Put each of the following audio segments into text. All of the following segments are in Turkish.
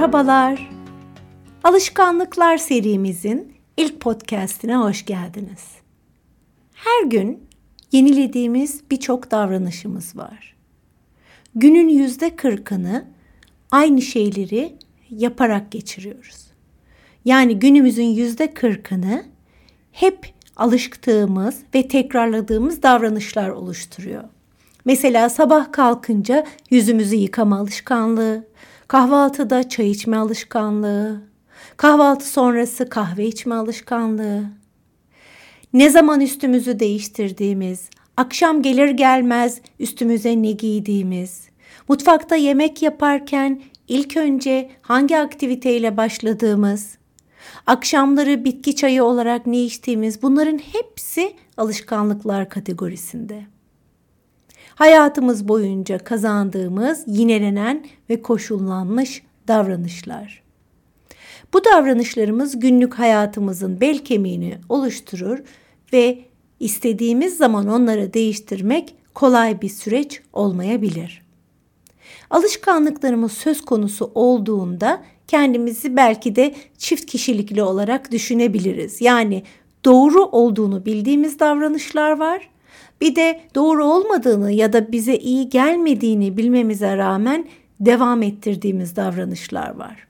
Merhabalar. Alışkanlıklar serimizin ilk podcast'ine hoş geldiniz. Her gün yenilediğimiz birçok davranışımız var. Günün %40'ını aynı şeyleri yaparak geçiriyoruz. Yani günümüzün %40'ını hep alıştığımız ve tekrarladığımız davranışlar oluşturuyor. Mesela sabah kalkınca yüzümüzü yıkama alışkanlığı, kahvaltıda çay içme alışkanlığı, kahvaltı sonrası kahve içme alışkanlığı, ne zaman üstümüzü değiştirdiğimiz, akşam gelir gelmez üstümüze ne giydiğimiz, mutfakta yemek yaparken ilk önce hangi aktiviteyle başladığımız, akşamları bitki çayı olarak ne içtiğimiz, bunların hepsi alışkanlıklar kategorisinde. Hayatımız boyunca kazandığımız yinelenen ve koşullanmış davranışlar. Bu davranışlarımız günlük hayatımızın bel kemiğini oluşturur ve istediğimiz zaman onları değiştirmek kolay bir süreç olmayabilir. Alışkanlıklarımız söz konusu olduğunda kendimizi belki de çift kişilikli olarak düşünebiliriz. Yani doğru olduğunu bildiğimiz davranışlar var. Bir de doğru olmadığını ya da bize iyi gelmediğini bilmemize rağmen devam ettirdiğimiz davranışlar var.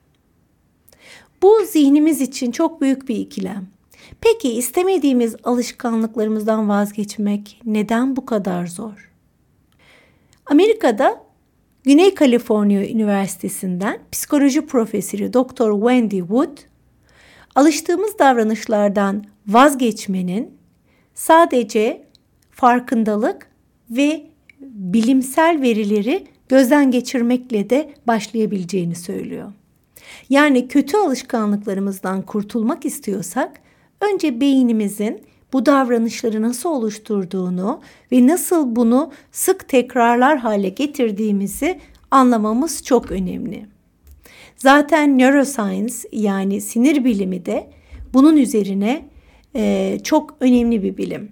Bu zihnimiz için çok büyük bir ikilem. Peki istemediğimiz alışkanlıklarımızdan vazgeçmek neden bu kadar zor? Amerika'da Güney Kaliforniya Üniversitesi'nden psikoloji profesörü Dr. Wendy Wood, alıştığımız davranışlardan vazgeçmenin sadece farkındalık ve bilimsel verileri gözden geçirmekle de başlayabileceğini söylüyor. Yani kötü alışkanlıklarımızdan kurtulmak istiyorsak önce beynimizin bu davranışları nasıl oluşturduğunu ve nasıl bunu sık tekrarlar hale getirdiğimizi anlamamız çok önemli. Zaten neuroscience yani sinir bilimi de bunun üzerine çok önemli bir bilim.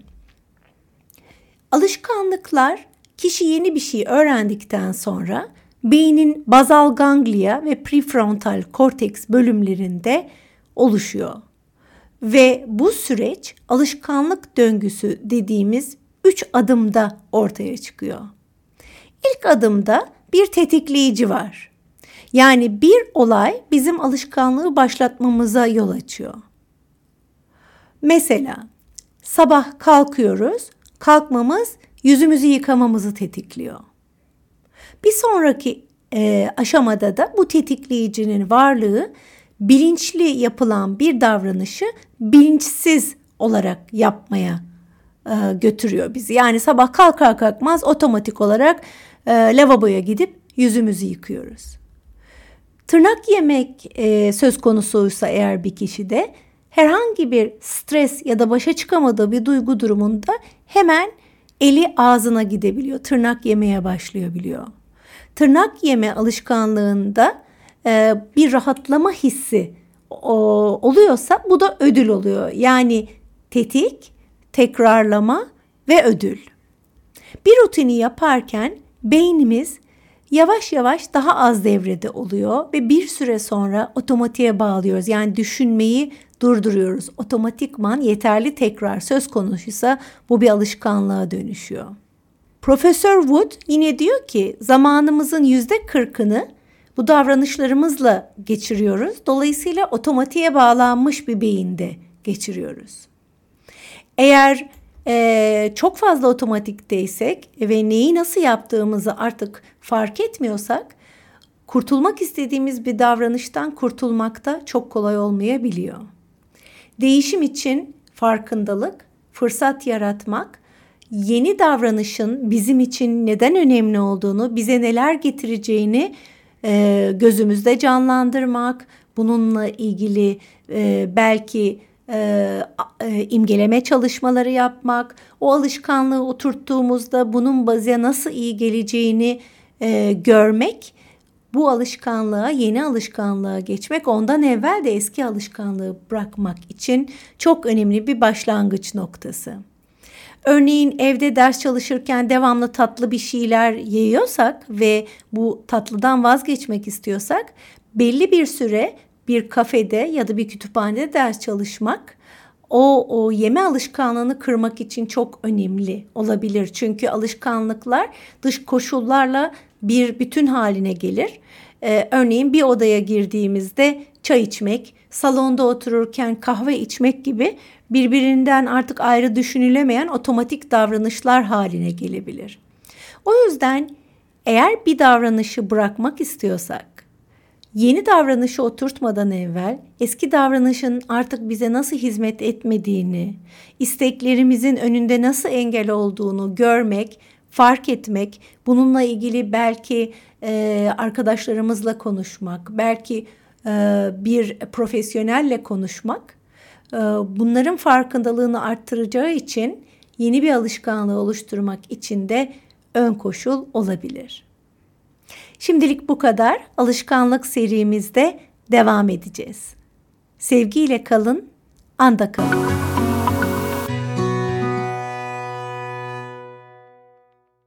Alışkanlıklar kişi yeni bir şey öğrendikten sonra beynin bazal ganglia ve prefrontal korteks bölümlerinde oluşuyor. Ve bu süreç alışkanlık döngüsü dediğimiz 3 adımda ortaya çıkıyor. İlk adımda bir tetikleyici var. Yani bir olay bizim alışkanlığı başlatmamıza yol açıyor. Mesela sabah kalkıyoruz. Kalkmamız yüzümüzü yıkamamızı tetikliyor. Bir sonraki aşamada da bu tetikleyicinin varlığı bilinçli yapılan bir davranışı bilinçsiz olarak yapmaya götürüyor bizi. Yani sabah kalkar kalkmaz otomatik olarak lavaboya gidip yüzümüzü yıkıyoruz. Tırnak yemek söz konusuysa eğer bir kişide herhangi bir stres ya da başa çıkamadığı bir duygu durumunda hemen eli ağzına gidebiliyor. Tırnak yemeye başlayabiliyor. Tırnak yeme alışkanlığında bir rahatlama hissi oluyorsa bu da ödül oluyor. Yani tetik, tekrarlama ve ödül. Bir rutini yaparken beynimiz yavaş yavaş daha az devrede oluyor ve bir süre sonra otomatiğe bağlıyoruz. Yani düşünmeyi durduruyoruz. Otomatikman yeterli tekrar söz konusuysa bu bir alışkanlığa dönüşüyor. Profesör Wood yine diyor ki zamanımızın %40'ını bu davranışlarımızla geçiriyoruz. Dolayısıyla otomatiğe bağlanmış bir beyinde geçiriyoruz. Eğer çok fazla otomatikteysek ve neyi nasıl yaptığımızı artık fark etmiyorsak kurtulmak istediğimiz bir davranıştan kurtulmak da çok kolay olmayabiliyor. Değişim için farkındalık, fırsat yaratmak, yeni davranışın bizim için neden önemli olduğunu, bize neler getireceğini gözümüzde canlandırmak, bununla ilgili belki imgeleme çalışmaları yapmak, o alışkanlığı oturttuğumuzda bunun bize nasıl iyi geleceğini görmek, bu alışkanlığa, yeni alışkanlığa geçmek, ondan evvel de eski alışkanlığı bırakmak için çok önemli bir başlangıç noktası. Örneğin evde ders çalışırken devamlı tatlı bir şeyler yiyorsak ve bu tatlıdan vazgeçmek istiyorsak belli bir süre bir kafede ya da bir kütüphanede ders çalışmak o yeme alışkanlığını kırmak için çok önemli olabilir. Çünkü alışkanlıklar dış koşullarla bir bütün haline gelir. Örneğin bir odaya girdiğimizde çay içmek, salonda otururken kahve içmek gibi birbirinden artık ayrı düşünülemeyen otomatik davranışlar haline gelebilir. O yüzden eğer bir davranışı bırakmak istiyorsak, yeni davranışı oturtmadan evvel eski davranışın artık bize nasıl hizmet etmediğini, isteklerimizin önünde nasıl engel olduğunu görmek, fark etmek, bununla ilgili belki arkadaşlarımızla konuşmak, belki bir profesyonelle konuşmak, bunların farkındalığını arttıracağı için yeni bir alışkanlığı oluşturmak için de ön koşul olabilir. Şimdilik bu kadar. Alışkanlık serimizde devam edeceğiz. Sevgiyle kalın, anda kalın.